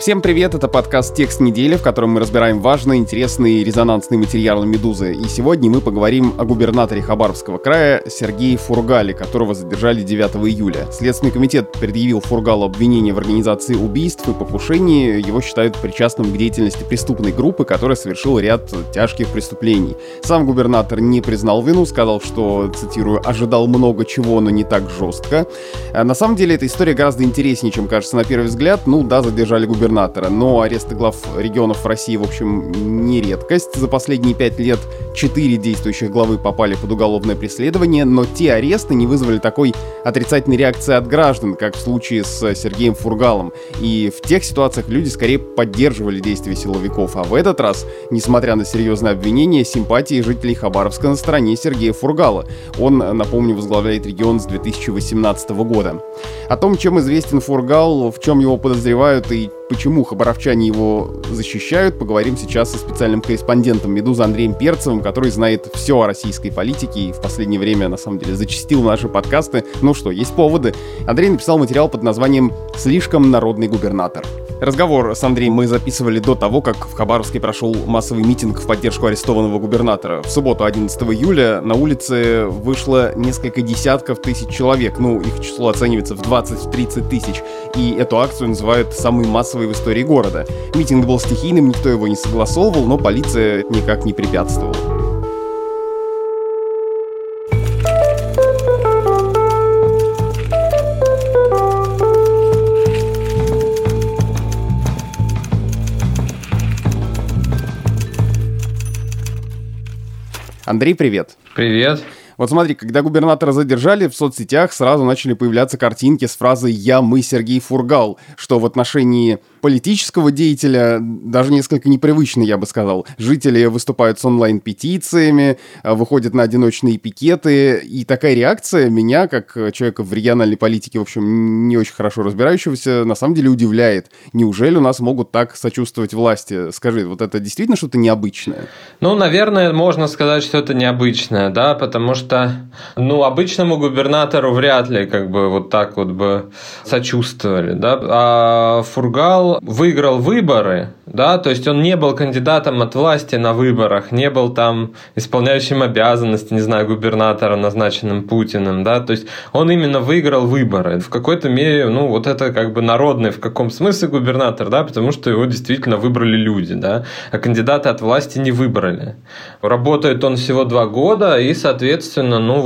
Всем привет, это подкаст «Текст недели», в котором мы разбираем важные, интересные и резонансные материалы «Медузы». И сегодня мы поговорим о губернаторе Хабаровского края Сергее Фургале, которого задержали 9 июля. Следственный комитет предъявил Фургалу обвинение в организации убийств и покушении. Его считают причастным к деятельности преступной группы, которая совершила ряд тяжких преступлений. Сам губернатор не признал вину, сказал, что, цитирую, «ожидал много чего, но не так жестко». На самом деле эта история гораздо интереснее, чем кажется на первый взгляд. Ну да, задержали губернатора, но аресты глав регионов в России, в общем, не редкость. За последние 5 лет 4 действующих главы попали под уголовное преследование, но те аресты не вызвали такой отрицательной реакции от граждан, как в случае с Сергеем Фургалом. И в тех ситуациях люди скорее поддерживали действия силовиков. А в этот раз, несмотря на серьезные обвинения, симпатии жителей Хабаровска на стороне Сергея Фургала. Он, напомню, возглавляет регион с 2018 года. О том, чем известен Фургал, в чем его подозревают и почему хабаровчане его защищают, поговорим сейчас со специальным корреспондентом «Медузы» Андреем Перцевым, который знает все о российской политике и в последнее время, на самом деле, зачастил наши подкасты. Ну что, есть поводы. Андрей написал материал под названием «Слишком народный губернатор». Разговор с Андреем мы записывали до того, как в Хабаровске прошел массовый митинг в поддержку арестованного губернатора. В субботу, 11 июля, на улице вышло несколько десятков тысяч человек. Ну, их число оценивается в 20-30 тысяч. И эту акцию называют самой массовой в истории города. Митинг был стихийным, никто его не согласовывал, но полиция никак не препятствовала. Андрей, привет. Привет. Вот смотри, когда губернатора задержали, в соцсетях сразу начали появляться картинки с фразой мы Сергей Фургал», что в отношении политического деятеля даже несколько непривычно, я бы сказал. Жители выступают с онлайн-петициями, выходят на одиночные пикеты, и такая реакция меня, как человека в региональной политике, в общем, не очень хорошо разбирающегося, на самом деле удивляет. Неужели у нас могут так сочувствовать власти? Скажи, вот это действительно что-то необычное? Ну, наверное, можно сказать, что это необычное, да, потому что обычному губернатору вряд ли вот так вот бы сочувствовали, да, а Фургал выиграл выборы, да, то есть он не был кандидатом от власти на выборах, не был там исполняющим обязанности, не знаю, губернатора, назначенным Путиным, да, то есть он именно выиграл выборы. В какой-то мере, это народный в каком смысле губернатор, да, потому что его действительно выбрали люди, да, а кандидата от власти не выбрали. Работает он всего 2 года и, соответственно,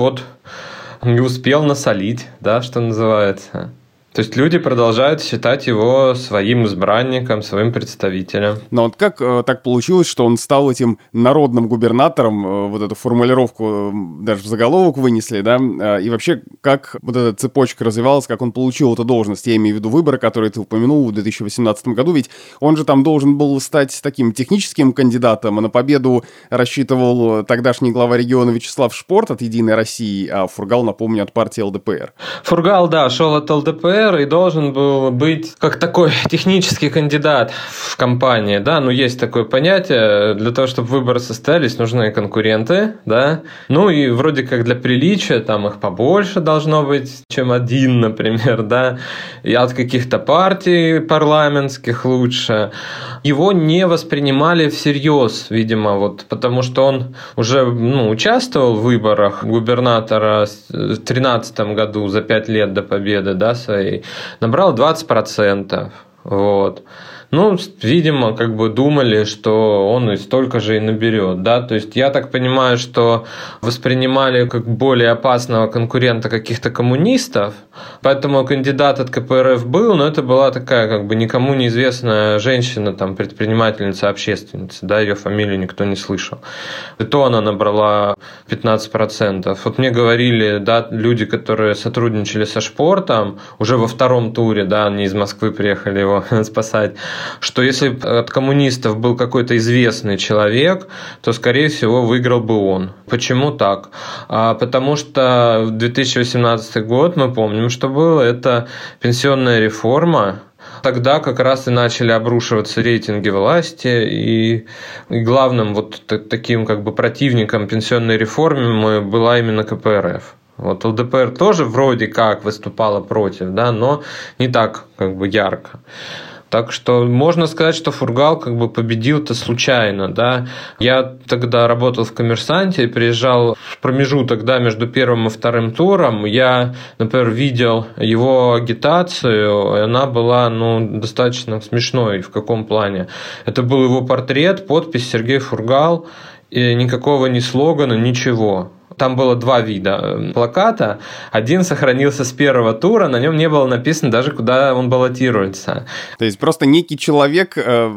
не успел насолить, да, что называется. То есть люди продолжают считать его своим избранником, своим представителем. Но вот как так получилось, что он стал этим народным губернатором, вот эту формулировку даже в заголовок вынесли, да, и вообще как вот эта цепочка развивалась, как он получил эту должность, я имею в виду выборы, которые ты упомянул в 2018 году, ведь он же там должен был стать таким техническим кандидатом, а на победу рассчитывал тогдашний глава региона Вячеслав Шпорт от «Единой России», а Фургал, напомню, от партии ЛДПР. Фургал, да, шел от ЛДПР, и должен был быть как такой технический кандидат в кампании, да, есть такое понятие, для того, чтобы выборы состоялись, нужны конкуренты, да, и вроде как для приличия, там их побольше должно быть, чем один, например, да, и от каких-то партий парламентских лучше. Его не воспринимали всерьез, видимо, потому что он уже, участвовал в выборах губернатора в 2013 году за 5 лет до победы, да, своей, набрал 20%. Видимо, думали, что он и столько же и наберет, да, то есть я так понимаю, что воспринимали как более опасного конкурента каких-то коммунистов, поэтому кандидат от КПРФ был, но это была такая никому неизвестная женщина, там, предпринимательница, общественница, да, ее фамилию никто не слышал. И то она набрала 15%. Мне говорили, да, люди, которые сотрудничали со Шпортом, уже во 2-м туре, да, они из Москвы приехали его спасать, что если от коммунистов был какой-то известный человек, то, скорее всего, выиграл бы он. Почему так? Потому что в 2018 год, мы помним, что было, это пенсионная реформа. Тогда как раз и начали обрушиваться рейтинги власти, и главным таким противником пенсионной реформы была именно КПРФ. ЛДПР тоже вроде как выступала против, да, но не так ярко. Так что можно сказать, что Фургал как бы победил-то случайно, да. Я тогда работал в «Коммерсанте» и приезжал в промежуток, да, между первым и вторым туром. Я, например, видел его агитацию, и она была, достаточно смешной. В каком плане? Это был его портрет, подпись «Сергей Фургал», и никакого ни слогана, ничего. Там было 2 вида плаката. Один сохранился с первого тура, на нем не было написано даже, куда он баллотируется. То есть просто некий человек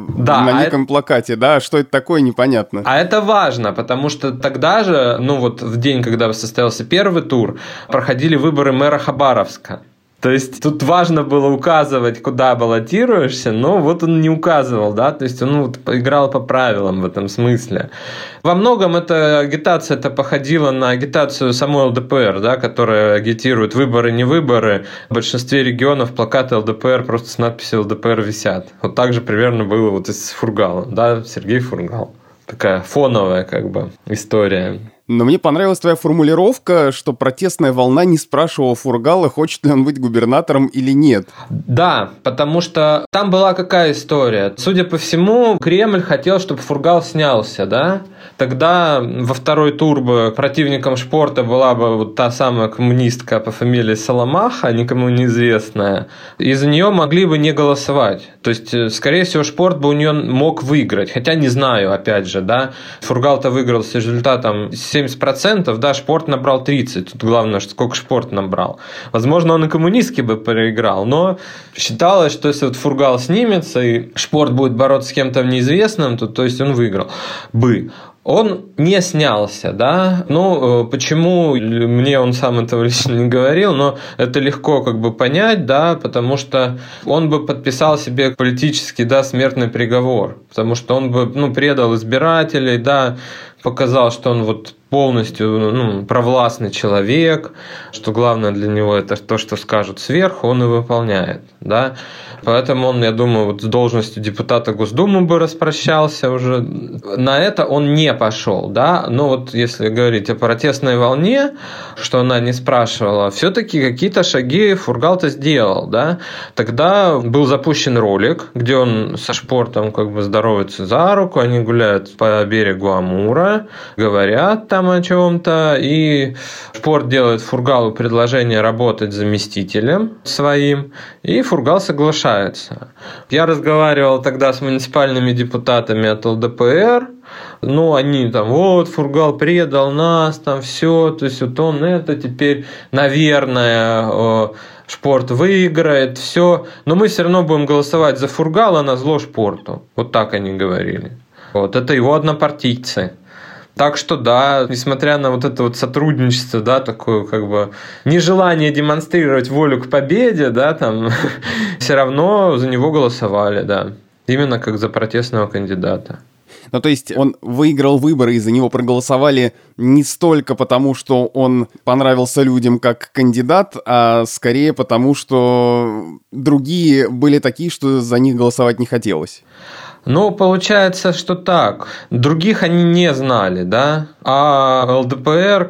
на неком плакате, да? Что это такое, непонятно. А это важно, потому что тогда же, в день, когда состоялся первый тур, проходили выборы мэра Хабаровска. То есть тут важно было указывать, куда баллотируешься, но вот он не указывал, да, то есть он играл по правилам в этом смысле. Во многом эта агитация походила на агитацию самой ЛДПР, да, которая агитирует выборы, не выборы. В большинстве регионов плакаты ЛДПР просто с надписью ЛДПР висят. Вот так же примерно было вот и с Фургалом, да, Сергей Фургал. Такая фоновая история. Но мне понравилась твоя формулировка, что протестная волна не спрашивала Фургала, хочет ли он быть губернатором или нет. Да, потому что там была какая история. Судя по всему, Кремль хотел, чтобы Фургал снялся, да? Тогда во второй тур бы противником Шпорта была бы вот та самая коммунистка по фамилии Соломаха, никому неизвестная. Из-за нее могли бы не голосовать. То есть, скорее всего, Шпорт бы у нее мог выиграть. Хотя не знаю, опять же, да. Фургал-то выиграл с результатом 70%, да, Шпорт набрал 30%. Тут главное, сколько Шпорт набрал. Возможно, он и коммунистский бы проиграл, но считалось, что если вот Фургал снимется и Шпорт будет бороться с кем-то неизвестным, то есть он выиграл бы. Он не снялся, да, почему, мне он сам этого лично не говорил, но это легко понять, да, потому что он бы подписал себе политический, да, смертный приговор, потому что он бы, предал избирателей, да, показал, что он полностью провластный человек, что главное для него это то, что скажут сверху, он и выполняет, да. Поэтому он, я думаю, с должностью депутата Госдумы бы распрощался уже. На это он не пошел, да. Но если говорить о протестной волне, что она не спрашивала, все-таки какие-то шаги Фургал-то сделал, да. Тогда был запущен ролик, где он со Шпортом здоровается за руку, они гуляют по берегу Амура, говорят там о чем-то, и Шпорт делает Фургалу предложение работать заместителем своим, и Фургал соглашается. Я разговаривал тогда с муниципальными депутатами от ЛДПР, они Фургал предал нас, все, то есть он теперь, наверное, Шпорт выиграет, все, но мы все равно будем голосовать за Фургала на зло Шпорту. Вот так они говорили. Это его однопартийцы. Так что да, несмотря на это сотрудничество, да, такое нежелание демонстрировать волю к победе, да, все равно за него голосовали, да. Именно как за протестного кандидата. То есть он выиграл выборы, и за него проголосовали не столько потому, что он понравился людям как кандидат, а скорее потому, что другие были такие, что за них голосовать не хотелось. Получается, что так. Других они не знали, да. А ЛДПР,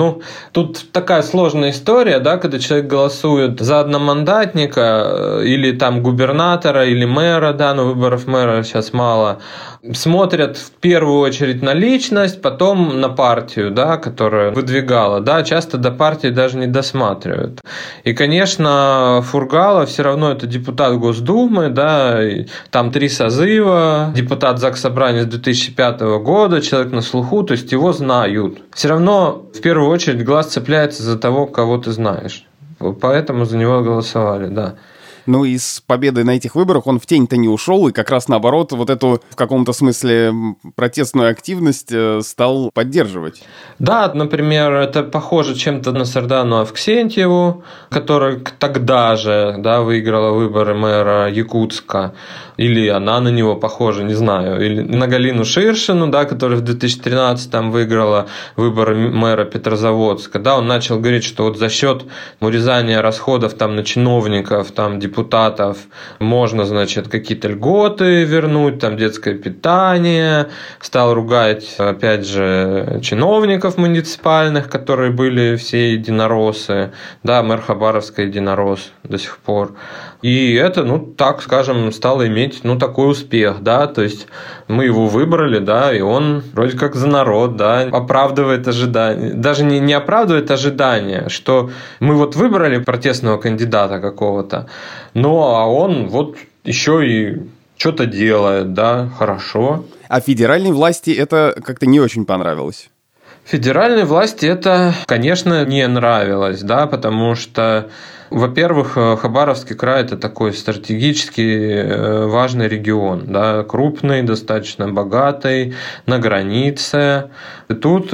тут такая сложная история, да, когда человек голосует за одномандатника или губернатора или мэра, да, но выборов мэра сейчас мало. Смотрят в первую очередь на личность, потом на партию, да, которая выдвигала, да, часто до партии даже не досматривают. И, конечно, Фургала все равно это депутат Госдумы, да, там 3 созыва, депутат Заксобрания с 2005 года, человек на слуху, то есть его знают. Все равно в первую очередь глаз цепляется за того, кого ты знаешь. Поэтому за него голосовали, да. И с победой на этих выборах он в тень-то не ушел, и как раз наоборот эту в каком-то смысле протестную активность стал поддерживать. Да, например, это похоже чем-то на Сардану Авксентьеву, которая тогда же, да, выиграла выборы мэра Якутска, или она на него похожа, не знаю, или на Галину Ширшину, да, которая в 2013-м выиграла выборы мэра Петрозаводска. Да, он начал говорить, что за счет урезания расходов на чиновников, депутатов можно, какие-то льготы вернуть, детское питание. Стал ругать, опять же, чиновников муниципальных, которые были все единороссы. Да, мэр Хабаровска единорос. до сих пор. И это, так скажем, стало иметь, такой успех, да, то есть мы его выбрали, да, и он вроде как за народ, да, оправдывает ожидания, даже не оправдывает ожидания, что мы вот выбрали протестного кандидата какого-то, а он вот еще и что-то делает, да, хорошо. А федеральной власти это как-то не очень понравилось? Федеральной власти это, конечно, не нравилось, да, потому что, во-первых, Хабаровский край – это такой стратегически важный регион, да, крупный, достаточно богатый, на границе. И тут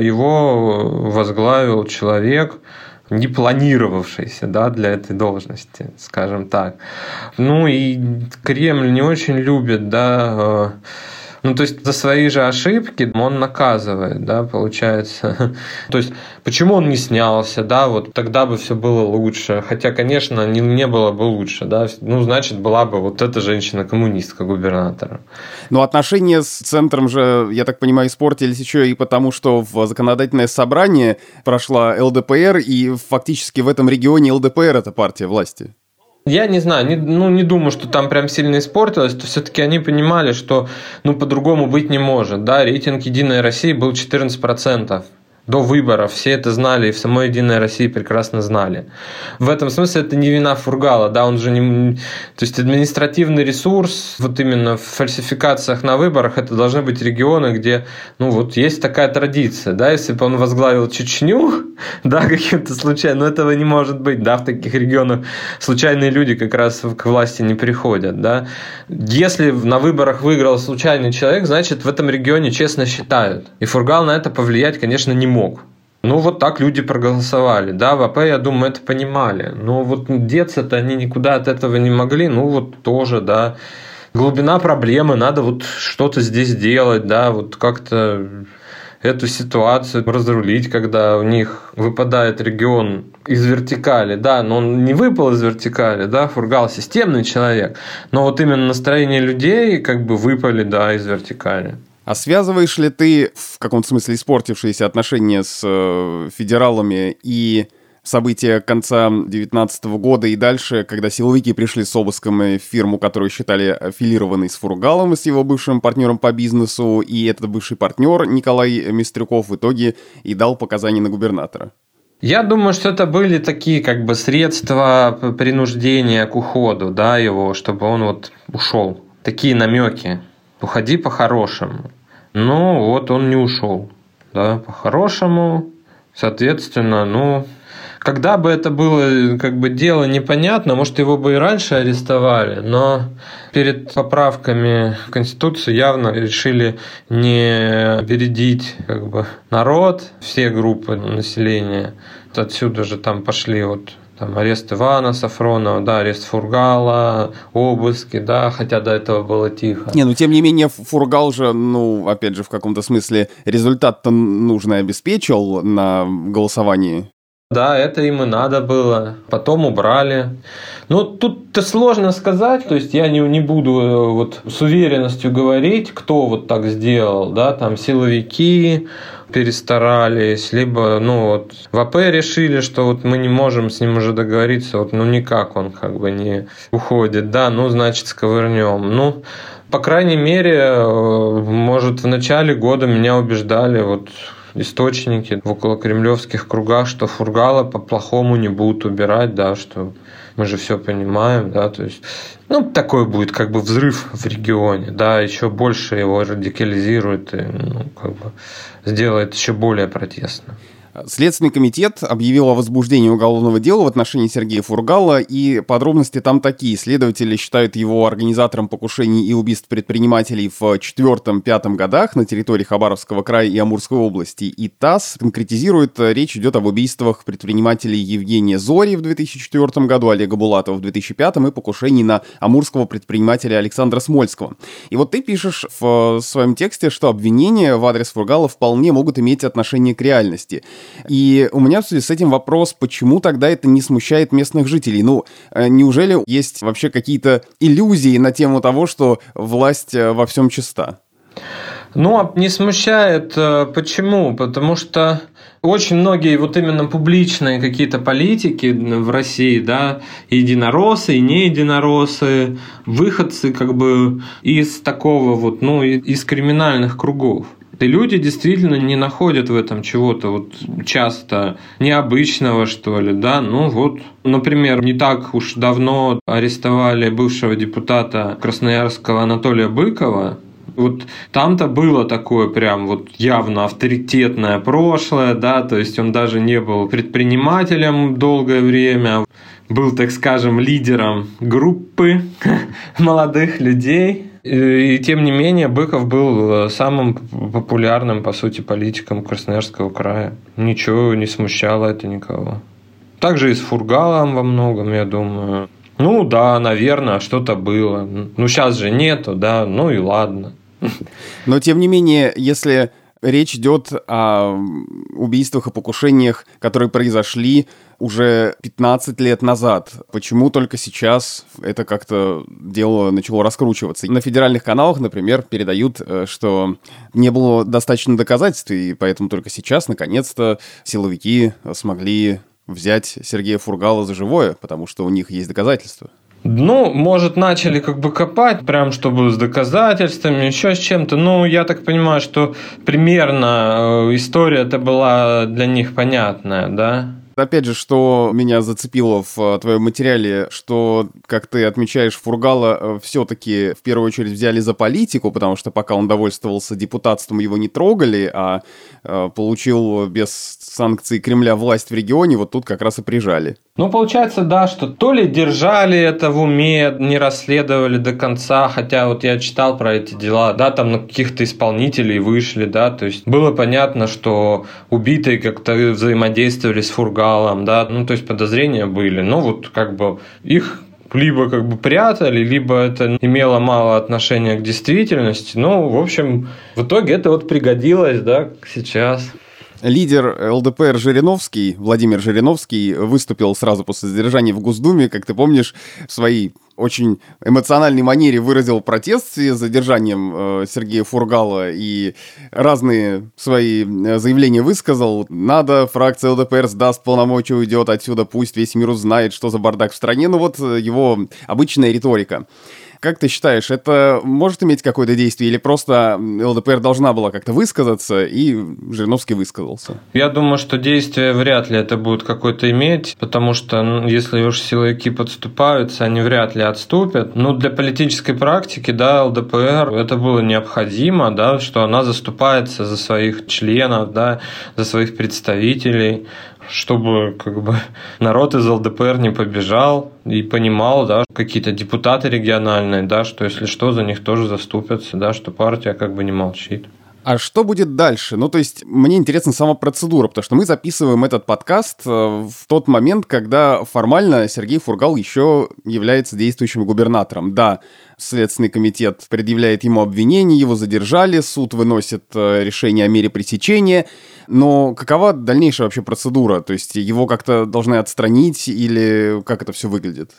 его возглавил человек, не планировавшийся, да, для этой должности, скажем так. И Кремль не очень любит, да, то есть за свои же ошибки он наказывает, да, получается. То есть почему он не снялся, да, вот тогда бы все было лучше. Хотя, конечно, не было бы лучше, да. Значит, была бы вот эта женщина-коммунистка губернатора. Но отношения с центром же, я так понимаю, испортились еще и потому, что в законодательное собрание прошла ЛДПР, и фактически в этом регионе ЛДПР – это партия власти. Я не знаю, не думаю, что там прям сильно испортилось, то все-таки они понимали, что по-другому быть не может. Да, рейтинг «Единой России» был 14%. До выборов все это знали, и в самой «Единой России» прекрасно знали. В этом смысле это не вина Фургала, да, он же не... То есть административный ресурс, вот именно в фальсификациях на выборах, это должны быть регионы, где, есть такая традиция, да, если бы он возглавил Чечню, да, каким-то случайно, этого не может быть, да, в таких регионах случайные люди как раз к власти не приходят, да. Если на выборах выиграл случайный человек, значит, в этом регионе честно считают. И Фургал на это повлиять, конечно, не мог. Вот так люди проголосовали. Да, в АП, я думаю, это понимали. Но деться-то они никуда от этого не могли. Тоже, да. Глубина проблемы, надо что-то здесь делать, да, как-то эту ситуацию разрулить, когда у них выпадает регион из вертикали, да, но он не выпал из вертикали, да, Фургал системный человек, но именно настроение людей выпали, да, из вертикали. А связываешь ли ты в каком-то смысле испортившиеся отношения с федералами и события конца 2019 года и дальше, когда силовики пришли с обыском в фирму, которую считали аффилированной с Фургалом, с его бывшим партнером по бизнесу, и этот бывший партнер Николай Мистрюков в итоге и дал показания на губернатора? Я думаю, что это были такие средства принуждения к уходу, да, его, чтобы он ушел. Такие намеки. Уходи по-хорошему. Он не ушел, да, по-хорошему. Соответственно, когда бы это было дело непонятно, может, его бы и раньше арестовали, но перед поправками в Конституцию явно решили не бередить народ, все группы населения. Отсюда же там пошли арест Ивана Сафронова, да, арест Фургала, обыски, да, хотя до этого было тихо. Тем не менее, Фургал же, опять же, в каком-то смысле результат-то нужный обеспечил на голосовании. Да, это им и надо было. Потом убрали. Тут-то сложно сказать, то есть я не буду с уверенностью говорить, кто так сделал, да, там силовики перестарались, либо, в АП решили, что мы не можем с ним уже договориться, никак он не уходит, да, значит, сковырнем. По крайней мере, может, в начале года меня убеждали источники в околокремлевских кругах, что Фургала по-плохому не будут убирать, да, что мы же все понимаем, да, то есть, такой будет взрыв в регионе, да, еще больше его радикализирует и, сделает еще более протестным. Следственный комитет объявил о возбуждении уголовного дела в отношении Сергея Фургала, и подробности там такие. Следователи считают его организатором покушений и убийств предпринимателей в 4-5 годах на территории Хабаровского края и Амурской области. И ТАСС конкретизирует, речь идет об убийствах предпринимателей Евгения Зори в 2004 году, Олега Булатова в 2005 и покушении на амурского предпринимателя Александра Смольского. И ты пишешь в своем тексте, что обвинения в адрес Фургала вполне могут иметь отношение к реальности. И у меня в связи с этим вопрос, почему тогда это не смущает местных жителей? Неужели есть вообще какие-то иллюзии на тему того, что власть во всем чиста? Ну, не смущает. Почему? Потому что очень многие вот именно публичные какие-то политики в России, да, единороссы и не единороссы, выходцы как бы из такого вот, ну, из криминальных кругов. И люди действительно не находят в этом чего-то вот часто необычного, что ли, да. Ну вот, например, не так уж давно арестовали бывшего депутата Красноярского Анатолия Быкова. Вот там-то было такое прям вот явно авторитетное прошлое, да, то есть он даже не был предпринимателем долгое время, был, так скажем, лидером группы молодых людей. И тем не менее Быков был самым популярным, по сути, политиком Красноярского края. Ничего не смущало это никого. Также и с Фургалом во многом, я думаю. Ну да, наверное, что-то было. Ну сейчас же нету, да, ну и ладно. Но тем не менее, если речь идет о убийствах и покушениях, которые произошли уже 15 лет назад. Почему только сейчас это как-то дело начало раскручиваться? На федеральных каналах, например, передают, что не было достаточно доказательств, и поэтому только сейчас, наконец-то, силовики смогли взять Сергея Фургала за живое, потому что у них есть доказательства. Ну, может, начали как бы копать, прям чтобы с доказательствами, еще с чем-то. Ну, я так понимаю, что примерно история-то была для них понятная, да? Опять же, что меня зацепило в твоем материале, что, как ты отмечаешь, Фургала все-таки в первую очередь взяли за политику, потому что пока он довольствовался депутатством, его не трогали, а получил без санкций Кремля власть в регионе, вот тут как раз и прижали. Ну, получается, да, что то ли держали это в уме, не расследовали до конца, хотя вот я читал про эти дела, да, там на каких-то исполнителей вышли, да, то есть было понятно, что убитые как-то взаимодействовали с Фургалом, да, ну, то есть подозрения были, но вот как бы их либо как бы прятали, либо это имело мало отношения к действительности, ну, в общем, в итоге это вот пригодилось, да, сейчас. Лидер ЛДПР Жириновский, Владимир Жириновский, выступил сразу после задержания в Госдуме, как ты помнишь, в своей очень эмоциональной манере выразил протест в связи с задержанием Сергея Фургала и разные свои заявления высказал. Надо, фракция ЛДПР сдаст полномочия, уйдет отсюда, пусть весь мир узнает, что за бардак в стране. Ну вот его обычная риторика. Как ты считаешь, это может иметь какое-то действие или просто ЛДПР должна была как-то высказаться, и Жириновский высказался? Я думаю, что действие вряд ли это будет какое-то иметь, потому что если уж силовики подступаются, они вряд ли отступят. Но для политической практики, да, ЛДПР это было необходимо, да, что она заступается за своих членов, да, за своих представителей, чтобы как бы народ из ЛДПР не побежал и понимал, да, какие-то депутаты региональные, да, что если что, за них тоже заступятся, да, что партия как бы не молчит. А что будет дальше? Ну, то есть, мне интересна сама процедура, потому что мы записываем этот подкаст в тот момент, когда формально Сергей Фургал еще является действующим губернатором. Да, Следственный комитет предъявляет ему обвинение, его задержали, суд выносит решение о мере пресечения. Но какова дальнейшая вообще процедура? То есть, его как-то должны отстранить или как это все выглядит?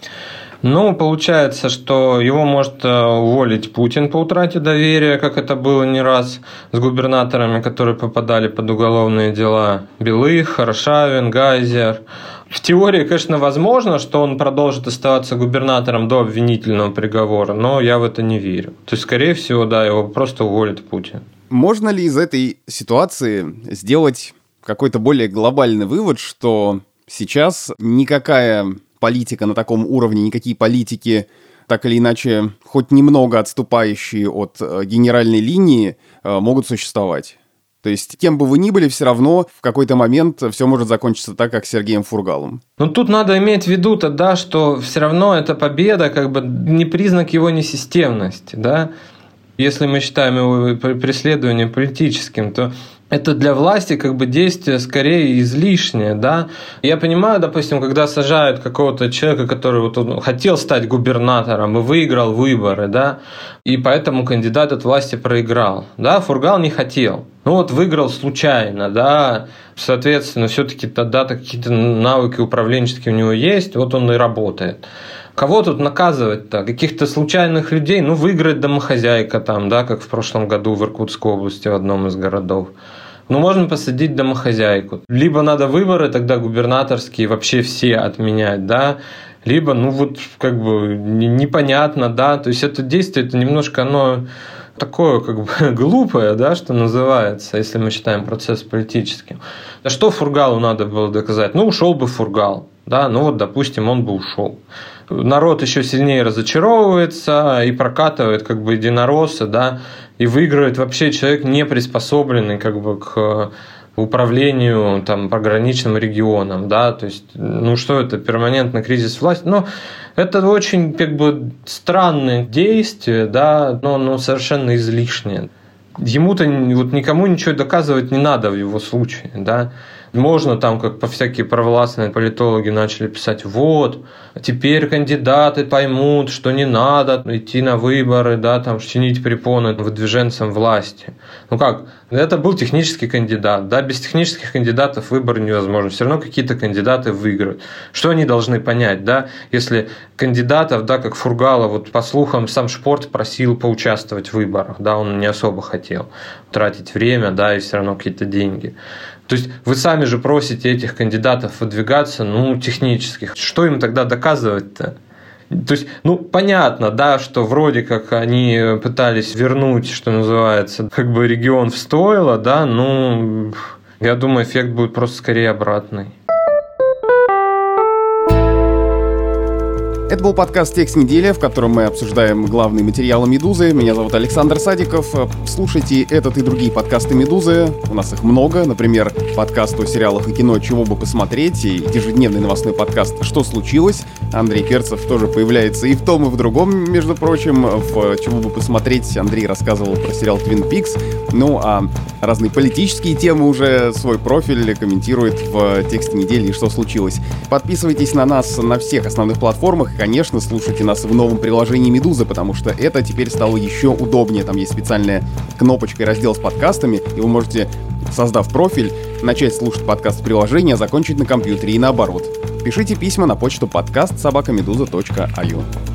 Ну, получается, что его может уволить Путин по утрате доверия, как это было не раз с губернаторами, которые попадали под уголовные дела. Белых, Аршавин, Гайзер. В теории, конечно, возможно, что он продолжит оставаться губернатором до обвинительного приговора, но я в это не верю. То есть, скорее всего, да, его просто уволит Путин. Можно ли из этой ситуации сделать какой-то более глобальный вывод, что сейчас никакая политика на таком уровне, никакие политики, так или иначе, хоть немного отступающие от генеральной линии, могут существовать? То есть, кем бы вы ни были, все равно в какой-то момент все может закончиться так, как с Сергеем Фургалом. Ну, тут надо иметь в виду-то, да, что все равно эта победа как бы не признак его несистемности, да. Если мы считаем его преследование политическим, то это для власти как бы действие скорее излишнее, да. Я понимаю, допустим, когда сажают какого-то человека, который вот он хотел стать губернатором и выиграл выборы, да, и поэтому кандидат от власти проиграл, да, Фургал не хотел. Ну вот выиграл случайно, да, соответственно, все-таки тогда какие-то навыки управленческие у него есть, вот он и работает. Кого тут наказывать-то? Каких-то случайных людей? Ну, выиграет домохозяйка там, да, как в прошлом году в Иркутской области в одном из городов. Ну, можно посадить домохозяйку. Либо надо выборы тогда губернаторские вообще все отменять, да, либо, ну, вот как бы непонятно, да, то есть это действие, это немножко оно такое как бы глупое, да, что называется, если мы считаем процесс политическим. А что Фургалу надо было доказать? Ну, ушел бы Фургал, да, ну вот, допустим, он бы ушел. Народ еще сильнее разочаровывается и прокатывает как бы единороссы, да, и выигрывает вообще человек не приспособленный как бы к управлению там пограничным регионом, да, то есть, ну что это, перманентный кризис власти, ну, это очень как бы странное действие, да, но совершенно излишнее. Ему-то вот никому ничего доказывать не надо в его случае, да. Можно там, как по всякие провластные политологи начали писать, вот, теперь кандидаты поймут, что не надо идти на выборы, да, там, чинить препоны выдвиженцам власти. Ну как, это был технический кандидат, да, без технических кандидатов выборы невозможно, все равно какие-то кандидаты выиграют. Что они должны понять, да, если кандидатов, да, как Фургала, вот по слухам, сам Шпорт просил поучаствовать в выборах, да, он не особо хотел тратить время, да, и все равно какие-то деньги. То есть вы сами же просите этих кандидатов выдвигаться, ну, технических. Что им тогда доказывать-то? То есть, ну, понятно, да, что вроде как они пытались вернуть, что называется, как бы регион в стойло, да, ну, я думаю, эффект будет просто скорее обратный. Это был подкаст «Текст недели», в котором мы обсуждаем главные материалы «Медузы». Меня зовут Александр Садиков. Слушайте этот и другие подкасты «Медузы». У нас их много. Например, подкаст о сериалах и кино «Чего бы посмотреть» и ежедневный новостной подкаст «Что случилось?». Андрей Перцев тоже появляется и в том, и в другом, между прочим. В «Чего бы посмотреть» Андрей рассказывал про сериал «Твин Пикс». Ну, а разные политические темы уже свой профиль комментирует в «Тексте недели» и «Что случилось?». Подписывайтесь на нас на всех основных платформах. Конечно, слушайте нас в новом приложении «Медуза», потому что это теперь стало еще удобнее. Там есть специальная кнопочка и раздел с подкастами, и вы можете, создав профиль, начать слушать подкаст в приложении, а закончить на компьютере и наоборот. Пишите письма на почту podcast@meduza.io.